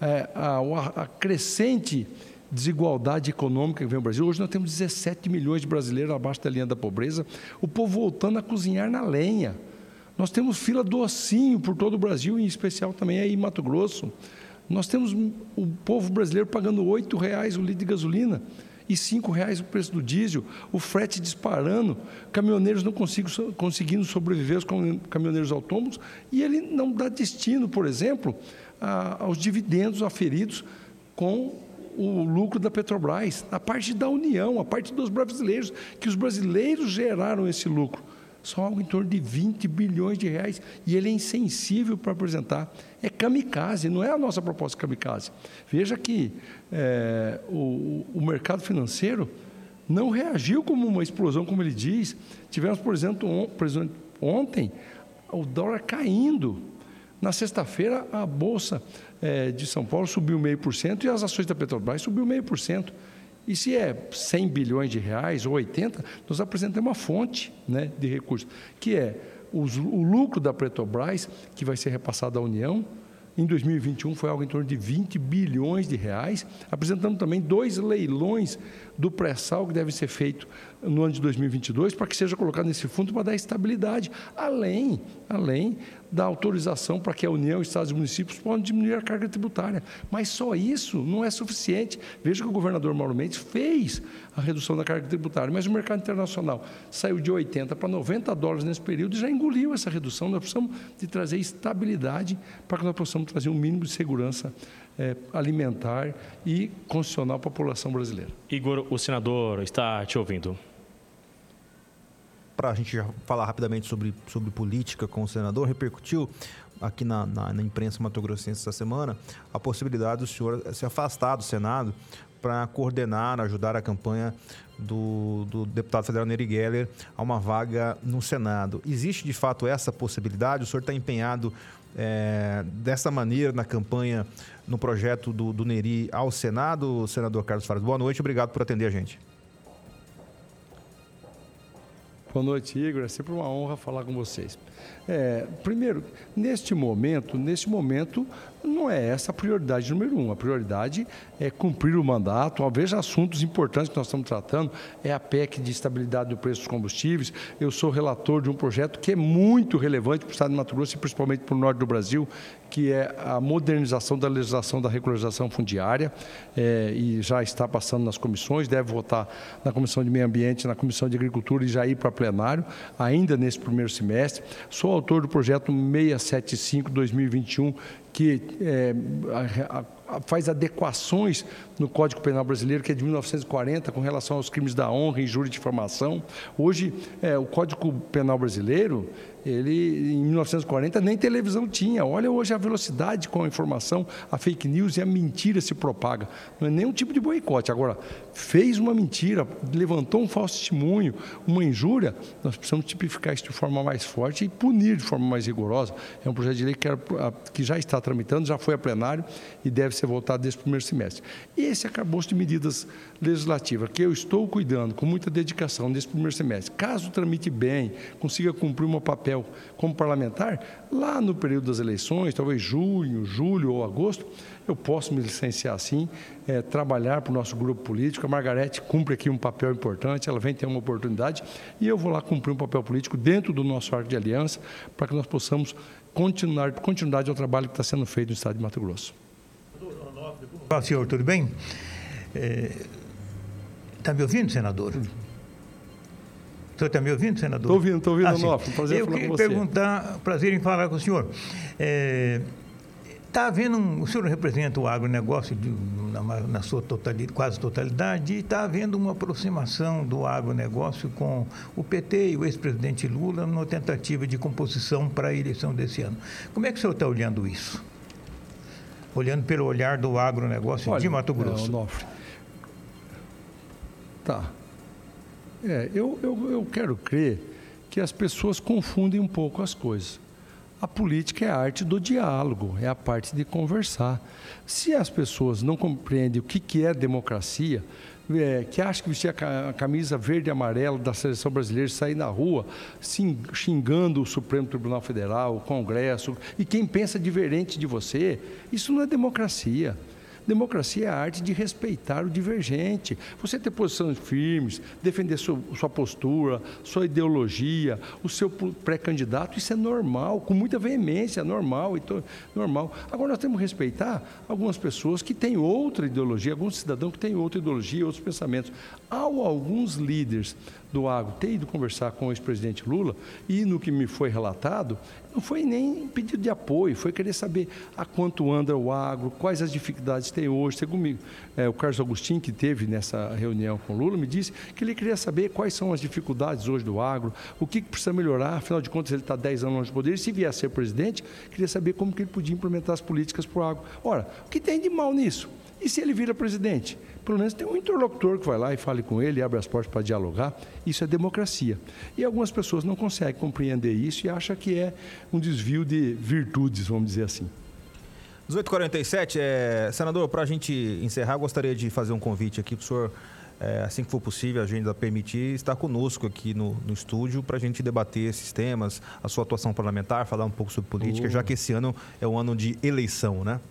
a crescente desigualdade econômica que vem no Brasil. Hoje nós temos 17 milhões de brasileiros abaixo da linha da pobreza, o povo voltando a cozinhar na lenha. Nós temos fila do ossinho por todo o Brasil, em especial também aí em Mato Grosso. Nós temos o povo brasileiro pagando R$ 8,00 o litro de gasolina e R$ 5,00 o preço do diesel, o frete disparando, caminhoneiros não conseguindo sobreviver, os caminhoneiros autônomos, e ele não dá destino, por exemplo, aos dividendos aferidos com o lucro da Petrobras, a parte da União, a parte dos brasileiros, que os brasileiros geraram esse lucro. São algo em torno de 20 bilhões de reais, e ele é insensível para apresentar. É kamikaze, não é a nossa proposta kamikaze. Veja que o mercado financeiro não reagiu como uma explosão, como ele diz. Tivemos, por exemplo, ontem, o dólar caindo. Na sexta-feira, a Bolsa de São Paulo subiu 0,5% e as ações da Petrobras subiu 0,5%. E se é 100 bilhões de reais ou 80, nós apresentamos uma fonte, né, de recursos, que é o lucro da Petrobras, que vai ser repassado à União. Em 2021 foi algo em torno de 20 bilhões de reais. Apresentamos também 2 leilões do pré-sal que devem ser feitos no ano de 2022 para que seja colocado nesse fundo para dar estabilidade, além da autorização para que a União, Estados e municípios possam diminuir a carga tributária. Mas só isso não é suficiente. Veja que o governador Mauro Mendes fez a redução da carga tributária, mas o mercado internacional saiu de 80 para 90 dólares nesse período e já engoliu essa redução. Nós precisamos de trazer estabilidade para que nós possamos trazer um mínimo de segurança alimentar e constitucional para a população brasileira. Igor, o senador está te ouvindo. Para a gente já falar rapidamente sobre política com o senador, repercutiu aqui na imprensa mato-grossense essa semana a possibilidade do senhor se afastar do Senado para coordenar, ajudar a campanha do deputado federal Nery Geller a uma vaga no Senado. Existe, de fato, essa possibilidade? O senhor está empenhado dessa maneira na campanha, no projeto do Nery ao Senado? Senador Carlos Fares, boa noite, obrigado por atender a gente. Boa noite, Igor. É sempre uma honra falar com vocês. Primeiro, neste momento, não é essa a prioridade número 1. A prioridade é cumprir o mandato. Veja assuntos importantes que nós estamos tratando. É a PEC de estabilidade do preço dos combustíveis. Eu sou relator de um projeto que é muito relevante para o estado de Mato Grosso e principalmente para o norte do Brasil, que é a modernização da legislação da regularização fundiária, e já está passando nas comissões, deve votar na Comissão de Meio Ambiente, na Comissão de Agricultura e já ir para plenário, ainda nesse primeiro semestre. Sou autor do projeto 675-2021, que faz adequações no Código Penal brasileiro, que é de 1940, com relação aos crimes da honra, injúria e difamação. Hoje, o Código Penal brasileiro, ele, em 1940, nem televisão tinha. Olha hoje a velocidade com a informação, a fake news e a mentira se propaga. Não é nenhum tipo de boicote. Agora, fez uma mentira, levantou um falso testemunho, uma injúria, nós precisamos tipificar isso de forma mais forte e punir de forma mais rigorosa. É um projeto de lei que já está tramitando, já foi a plenário e deve ser votado nesse primeiro semestre. E esse arcabouço de medidas legislativas que eu estou cuidando com muita dedicação nesse primeiro semestre, caso tramite bem, consiga cumprir um papel como parlamentar, lá no período das eleições, talvez junho, julho ou agosto, eu posso me licenciar assim, trabalhar para o nosso grupo político. A Margarete cumpre aqui um papel importante, ela vem ter uma oportunidade e eu vou lá cumprir um papel político dentro do nosso arco de aliança para que nós possamos continuidade ao trabalho que está sendo feito no estado de Mato Grosso. Olá, senhor, tudo bem? Está me ouvindo, senador? O senhor está me ouvindo, senador? Estou ouvindo, Onofre. Prazer eu falar com você. Perguntar, prazer em falar com o senhor. Está havendo o senhor representa o agronegócio na sua totalidade, quase totalidade, e está havendo uma aproximação do agronegócio com o PT e o ex-presidente Lula numa tentativa de composição para a eleição desse ano. Como é que o senhor está olhando isso? Olhando pelo olhar do agronegócio de Mato Grosso. Onofre. Tá. Eu quero crer que as pessoas confundem um pouco as coisas. A política é a arte do diálogo, é a parte de conversar. Se as pessoas não compreendem o que é democracia, que acham que vestir a camisa verde e amarela da seleção brasileira, sair na rua xingando o Supremo Tribunal Federal, o Congresso, e quem pensa diferente de você, isso não é democracia. Democracia é a arte de respeitar o divergente. Você ter posições firmes, defender sua postura, sua ideologia, o seu pré-candidato, isso é normal, com muita veemência, normal. Agora, nós temos que respeitar algumas pessoas que têm outra ideologia, alguns cidadãos que têm outra ideologia, outros pensamentos. Alguns líderes do agro ter ido conversar com o ex-presidente Lula e, no que me foi relatado, não foi nem pedido de apoio, foi querer saber a quanto anda o agro, quais as dificuldades tem hoje. Segundo o Carlos Agostinho, que teve nessa reunião com o Lula, me disse que ele queria saber quais são as dificuldades hoje do agro, o que precisa melhorar, afinal de contas ele está 10 anos longe do poder, e se vier a ser presidente, queria saber como que ele podia implementar as políticas para o agro. Ora, o que tem de mal nisso? E se ele vira presidente? Pelo menos tem um interlocutor que vai lá e fale com ele, abre as portas para dialogar. Isso é democracia. E algumas pessoas não conseguem compreender isso e acham que é um desvio de virtudes, vamos dizer assim. 18h47, senador, para a gente encerrar, gostaria de fazer um convite aqui para o senhor, assim que for possível, a agenda permitir, estar conosco aqui no estúdio para a gente debater esses temas, a sua atuação parlamentar, falar um pouco sobre política, já que esse ano é um ano de eleição, né?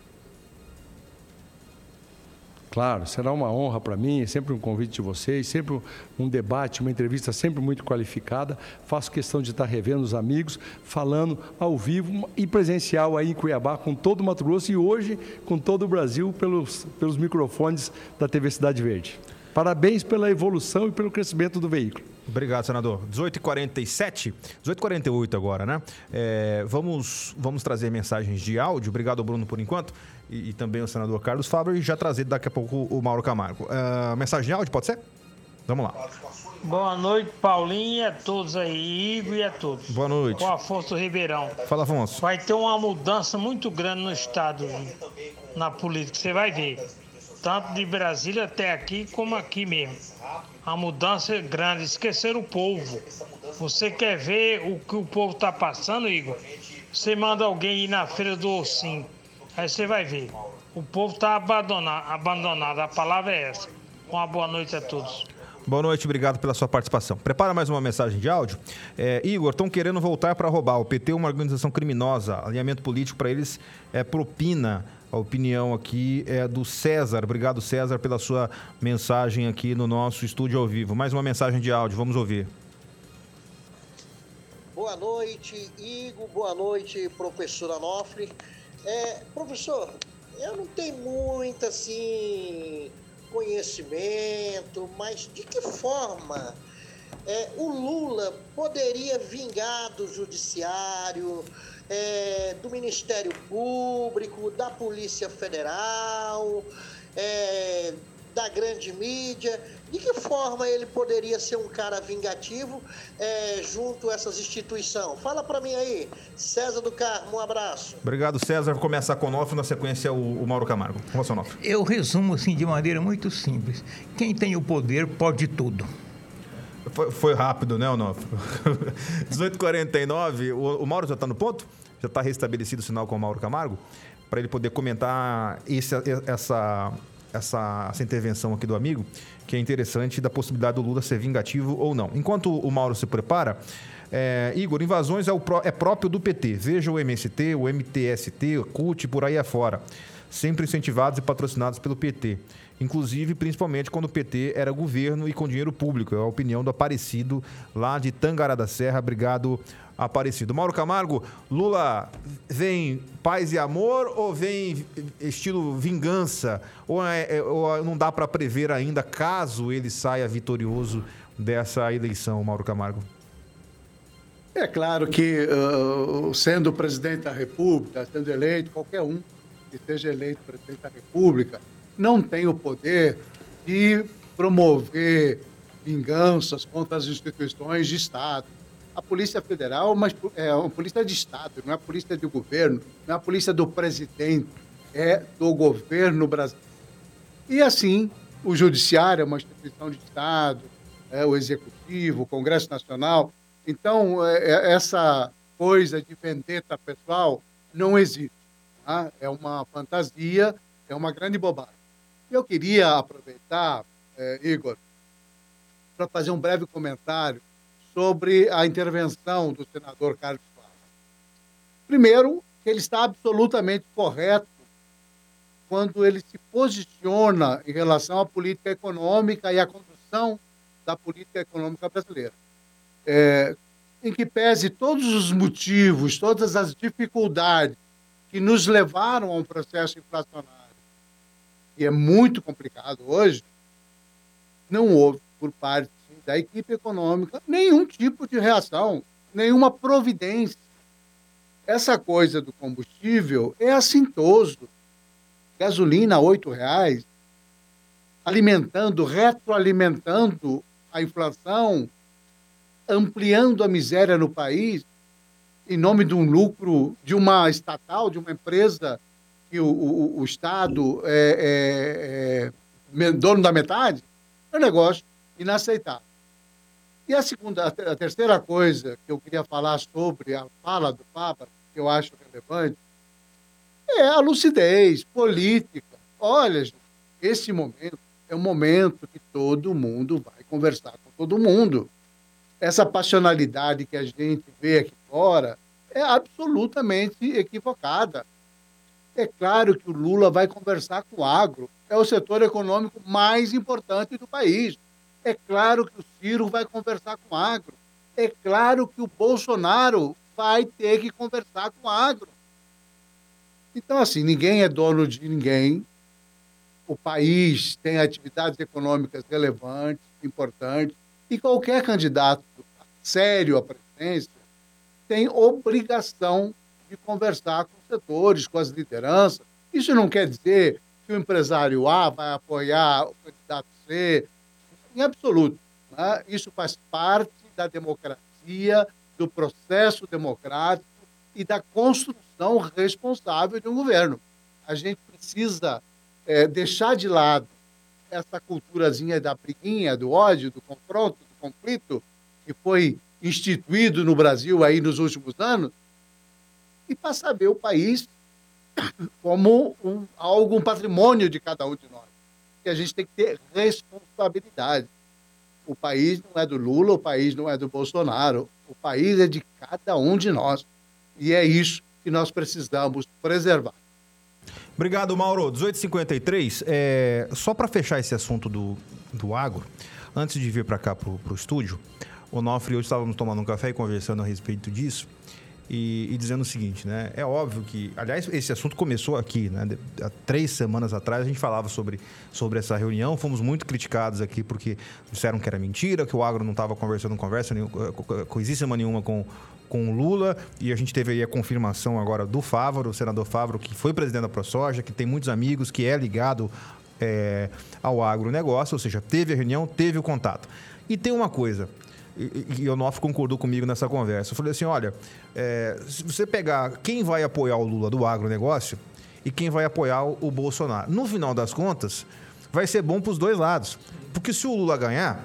Claro, será uma honra para mim, é sempre um convite de vocês, sempre um debate, uma entrevista sempre muito qualificada. Faço questão de estar revendo os amigos, falando ao vivo e presencial aí em Cuiabá com todo o Mato Grosso e hoje com todo o Brasil pelos microfones da TV Cidade Verde. Parabéns pela evolução e pelo crescimento do veículo. Obrigado, senador. 18h47, 18h48 agora, né? Vamos trazer mensagens de áudio. Obrigado, Bruno, por enquanto. E também o senador Carlos Fábio. E já trazer daqui a pouco o Mauro Camargo. Mensagem de áudio, pode ser? Vamos lá. Boa noite, Paulinho, e a todos aí, Igor e a todos. Boa noite. Com Afonso Ribeirão. Fala, Afonso. Vai ter uma mudança muito grande no estado, na política, você vai ver. Tanto de Brasília até aqui, como aqui mesmo. A mudança é grande, esqueceram o povo. Você quer ver o que o povo está passando, Igor? Você manda alguém ir na feira do Ossim. Aí você vai ver. O povo está abandonado. A palavra é essa. Uma boa noite a todos. Boa noite, obrigado pela sua participação. Prepara mais uma mensagem de áudio. Igor, estão querendo voltar para roubar. O PT é uma organização criminosa. Alinhamento político para eles é propina. A opinião aqui é do César. Obrigado, César, pela sua mensagem aqui no nosso estúdio ao vivo. Mais uma mensagem de áudio, vamos ouvir. Boa noite, Igor. Boa noite, professor Onofre. Professor, eu não tenho muito, assim, conhecimento, mas de que forma o Lula poderia vingar do judiciário do Ministério Público, da Polícia Federal, da grande mídia. De que forma ele poderia ser um cara vingativo junto a essas instituições? Fala para mim aí, César do Carmo, um abraço. Obrigado, César. Vou começar com o Onofre, na sequência o Mauro Camargo. Vamos lá, Onofre. Eu resumo assim de maneira muito simples. Quem tem o poder pode tudo. Foi rápido, né, Onofre? 18h49, o Mauro já está no ponto? Já está restabelecido o sinal com o Mauro Camargo? Para ele poder comentar essa intervenção aqui do amigo, que é interessante, da possibilidade do Lula ser vingativo ou não. Enquanto o Mauro se prepara, Igor, invasões é próprio do PT. Veja o MST, o MTST, o CUT, por aí afora. Sempre incentivados e patrocinados pelo PT. Inclusive, principalmente quando o PT era governo e com dinheiro público. É a opinião do Aparecido, lá de Tangará da Serra. Obrigado, Aparecido. Mauro Camargo, Lula vem paz e amor ou vem estilo vingança? Ou não dá para prever ainda, caso ele saia vitorioso dessa eleição, Mauro Camargo? É claro que, sendo presidente da República, sendo eleito, qualquer um que seja eleito presidente da República, não tem o poder de promover vinganças contra as instituições de Estado. A Polícia Federal é uma polícia de Estado, não é a polícia do governo, não é a polícia do presidente, é do governo brasileiro. E assim, o Judiciário é uma instituição de Estado, o Executivo, o Congresso Nacional. Então, essa coisa de vendetta pessoal não existe. Tá? É uma fantasia, é uma grande bobagem. Eu queria aproveitar, Igor, para fazer um breve comentário sobre a intervenção do senador Carlos Fávaro. Primeiro, que ele está absolutamente correto quando ele se posiciona em relação à política econômica e à condução da política econômica brasileira. Em que pese todos os motivos, todas as dificuldades que nos levaram a um processo inflacionário, que é muito complicado hoje, não houve, por parte da equipe econômica, nenhum tipo de reação, nenhuma providência. Essa coisa do combustível é assintoso. Gasolina a R$8, retroalimentando a inflação, ampliando a miséria no país, em nome de um lucro de uma estatal, de uma empresa que o Estado é dono da metade, é um negócio inaceitável. E a terceira coisa que eu queria falar sobre a fala do Papa, que eu acho relevante, é a lucidez política. Olha, gente, esse momento é um momento que todo mundo vai conversar com todo mundo. Essa passionalidade que a gente vê aqui fora é absolutamente equivocada. É claro que o Lula vai conversar com o agro, é o setor econômico mais importante do país. É claro que o Ciro vai conversar com o agro. É claro que o Bolsonaro vai ter que conversar com o agro. Então, assim, ninguém é dono de ninguém. O país tem atividades econômicas relevantes, importantes, e qualquer candidato sério à presidência tem obrigação de conversar com os setores, com as lideranças. Isso não quer dizer que o empresário A vai apoiar o candidato C, em absoluto. Né? Isso faz parte da democracia, do processo democrático e da construção responsável de um governo. A gente precisa deixar de lado essa culturazinha da briguinha, do ódio, do confronto, do conflito, que foi instituído no Brasil aí nos últimos anos, e passar a ver o país como um patrimônio de cada um de nós. E a gente tem que ter responsabilidade. O país não é do Lula, o país não é do Bolsonaro, o país é de cada um de nós. E é isso que nós precisamos preservar. Obrigado, Mauro. 18h53, só para fechar esse assunto do agro, antes de vir para cá, para o estúdio, o Onofre e eu estávamos tomando um café e conversando a respeito disso, e dizendo o seguinte, né? É óbvio que, aliás, esse assunto começou aqui, né? Há 3 semanas atrás a gente falava sobre essa reunião, fomos muito criticados aqui porque disseram que era mentira, que o agro não estava conversando coisíssima nenhuma com o Lula, e a gente teve aí a confirmação agora do Fávaro, o senador Fávaro, que foi presidente da ProSoja, que tem muitos amigos, que é ligado ao agronegócio, ou seja, teve a reunião, teve o contato. E tem uma coisa, e o Onofre concordou comigo nessa conversa, eu falei assim, olha, se você pegar quem vai apoiar o Lula do agronegócio e quem vai apoiar o Bolsonaro, no final das contas, vai ser bom para os dois lados, porque se o Lula ganhar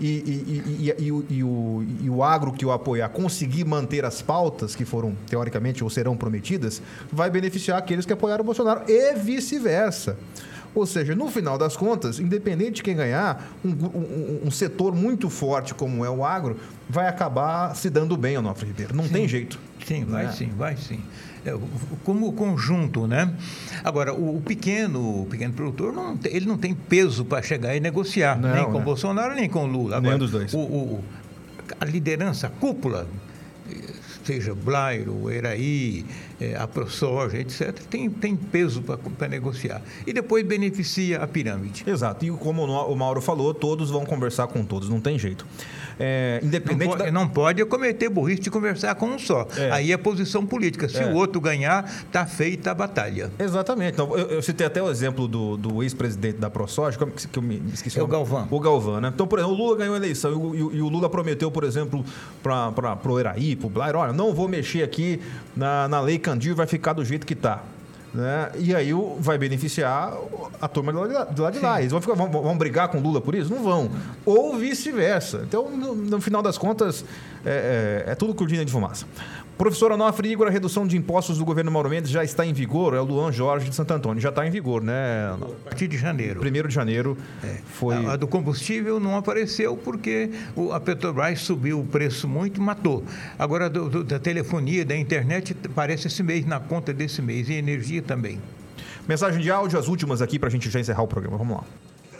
e o agro que o apoiar conseguir manter as pautas que foram, teoricamente, ou serão prometidas, vai beneficiar aqueles que apoiaram o Bolsonaro e vice-versa. Ou seja, no final das contas, independente de quem ganhar, um setor muito forte como é o agro vai acabar se dando bem, Onofre Ribeiro. Não tem jeito. Sim, vai sim. Como conjunto, né? Agora, o pequeno produtor, ele não tem peso para chegar e negociar, nem com o Bolsonaro, nem com o Lula. Agora, nem dos dois. A liderança, a cúpula, seja Blairo, Eraí, a ProSoja, etc., tem peso para negociar. E depois beneficia a pirâmide. Exato. E como o Mauro falou, todos vão conversar com todos, não tem jeito. Independente não pode cometer burrice de conversar com um só. Aí é posição política. Se o outro ganhar, está feita a batalha. Exatamente. Então, eu citei até o exemplo do ex-presidente da ProSoja, que eu me esqueci. O Galvão. O Galvão, né? Então, por exemplo, o Lula ganhou a eleição e o Lula prometeu, por exemplo, para o Eraí, para o Blair, olha, não vou mexer aqui na lei Candir, vai ficar do jeito que está. Né? E aí vai beneficiar a turma de lá de lá. Eles vão brigar com o Lula por isso? Não vão. Ou vice-versa. Então, no final das contas, é tudo cortina de fumaça. Professor Onofre Igor, a redução de impostos do governo Mauro Mendes já está em vigor? É o Luan Jorge de Santo Antônio. Já está em vigor, né? A partir de janeiro. 1º de janeiro foi... A do combustível não apareceu porque a Petrobras subiu o preço muito e matou. Agora, da telefonia, da internet, parece esse mês, na conta desse mês. E energia também. Mensagem de áudio, as últimas aqui para a gente já encerrar o programa. Vamos lá.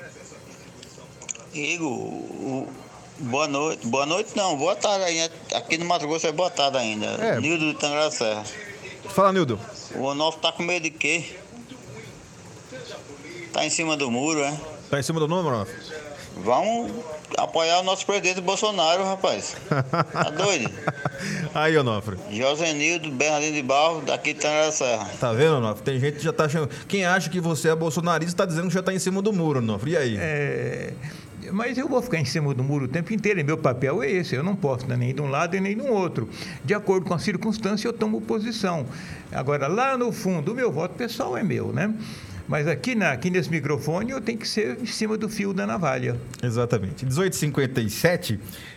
Igor, boa noite. Boa noite não, boa tarde ainda. Aqui no Mato Grosso é boa tarde ainda. Nildo de Tangará da Serra. Fala, Nildo. O Onofre tá com medo de quê? Tá em cima do muro, é? Tá em cima do número, Onofre? Vamos apoiar o nosso presidente Bolsonaro, rapaz. Tá doido? Aí, Onofre. José Nildo, Bernardino de Barro, daqui de Tangará da Serra. Tá vendo, Onofre? Tem gente que já tá achando... Quem acha que você é bolsonarista tá dizendo que já tá em cima do muro, Onofre. E aí? Mas eu vou ficar em cima do muro o tempo inteiro, e meu papel é esse, eu não posso nem de um lado e nem do outro. De acordo com a circunstância, eu tomo posição. Agora, lá no fundo, o meu voto pessoal é meu, né? Mas aqui nesse microfone eu tenho que ser em cima do fio da navalha. Exatamente. 18h57,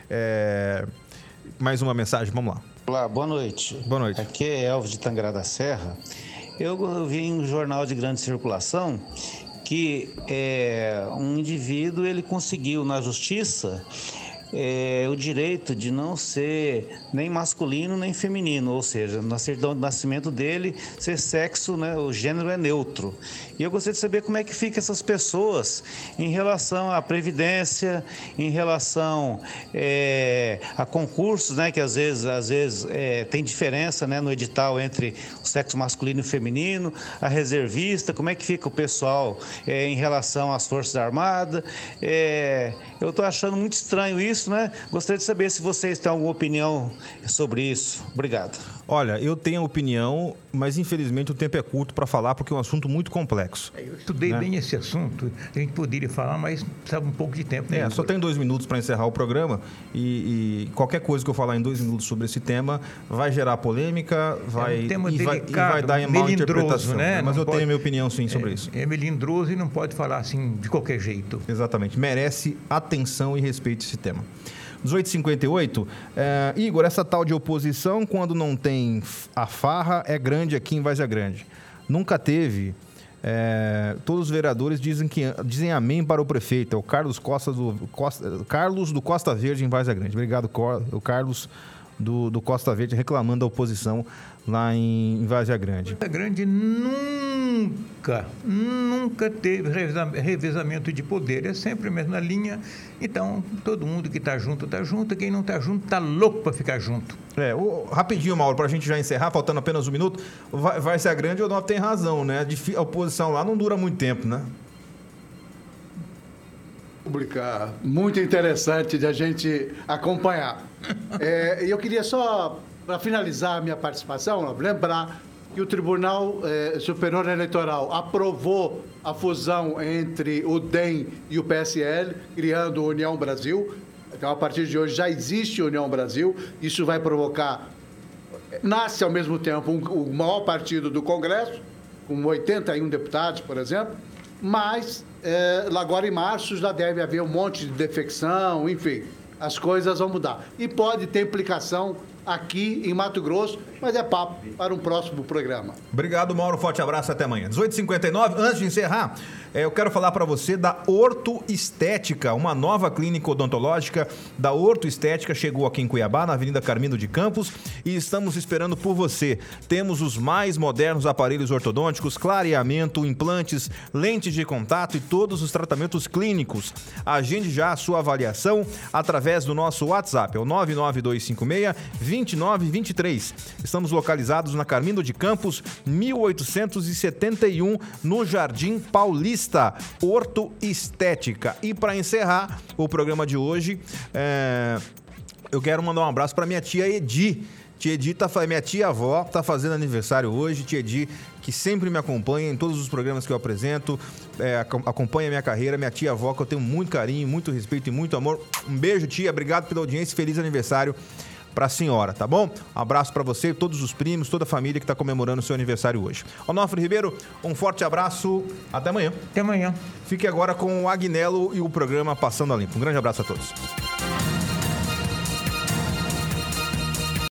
mais uma mensagem, vamos lá. Olá, boa noite. Boa noite. Aqui é Elvis de Tangará da Serra. Eu vi em um jornal de grande circulação que um indivíduo ele conseguiu na justiça o direito de não ser nem masculino nem feminino, ou seja, na certidão de nascimento dele ser sexo, né, o gênero é neutro. E eu gostaria de saber como é que ficam essas pessoas em relação à previdência, em relação a concursos, né, que às vezes tem diferença, né, no edital entre o sexo masculino e feminino, a reservista, como é que fica o pessoal em relação às Forças Armadas. Eu estou achando muito estranho isso, né? Gostaria de saber se vocês têm alguma opinião sobre isso. Obrigado. Olha, eu tenho opinião, mas infelizmente o tempo é curto para falar porque é um assunto muito complexo. Eu estudei bem esse assunto, a gente poderia falar, mas precisava um pouco de tempo. Né? Só tem 2 minutos para encerrar o programa e qualquer coisa que eu falar em 2 minutos sobre esse tema vai gerar polêmica, vai dar mal interpretação. Né? Mas eu tenho a minha opinião sim sobre isso. É melindroso e não pode falar assim de qualquer jeito. Exatamente, merece atenção e respeito esse tema. 18h58, Igor, essa tal de oposição, quando não tem a farra, é grande aqui em Várzea Grande. Nunca teve. Todos os vereadores dizem amém para o prefeito. É o Carlos do Costa Verde em Várzea Grande. Obrigado, o Carlos do Costa Verde reclamando da oposição lá em Várzea Grande. Várzea Grande nunca nunca teve revezamento de poder. É sempre a mesma linha. Então, todo mundo que está junto, quem não está junto, está louco para ficar junto. Rapidinho, Mauro, para a gente já encerrar, faltando apenas um minuto, vai ser a grande, o Onofre tem razão, né? A oposição lá não dura muito tempo, né? Pública muito interessante de a gente acompanhar. Eu queria só, para finalizar a minha participação, lembrar que o Tribunal Superior Eleitoral aprovou a fusão entre o DEM e o PSL, criando a União Brasil. Então, a partir de hoje já existe a União Brasil. Isso vai provocar... Nasce, ao mesmo tempo, o maior partido do Congresso, com 81 deputados, por exemplo, mas... agora em março já deve haver um monte de defecção, enfim, as coisas vão mudar. E pode ter implicação aqui em Mato Grosso, mas é papo para um próximo programa. Obrigado, Mauro. Forte abraço, até amanhã. 18h59, antes de encerrar, eu quero falar para você da Orto Estética, uma nova clínica odontológica da Orto Estética chegou aqui em Cuiabá, na Avenida Carmino de Campos, e estamos esperando por você. Temos os mais modernos aparelhos ortodônticos, clareamento, implantes, lentes de contato e todos os tratamentos clínicos. Agende já a sua avaliação através do nosso WhatsApp, é o 99256-2923. Estamos localizados na Carmino de Campos, 1871, no Jardim Paulista. Orto Estética. E para encerrar o programa de hoje, eu quero mandar um abraço para minha tia Edi. Tia Edi, minha tia-avó está fazendo aniversário hoje. Tia Edi, que sempre me acompanha em todos os programas que eu apresento, acompanha a minha carreira. Minha tia-avó, que eu tenho muito carinho, muito respeito e muito amor. Um beijo, tia. Obrigado pela audiência. Feliz aniversário para a senhora, tá bom? Um abraço para você, todos os primos, toda a família que está comemorando o seu aniversário hoje. Onofre Ribeiro, um forte abraço. Até amanhã. Até amanhã. Fique agora com o Agnello e o programa Passando a Limpo. Um grande abraço a todos.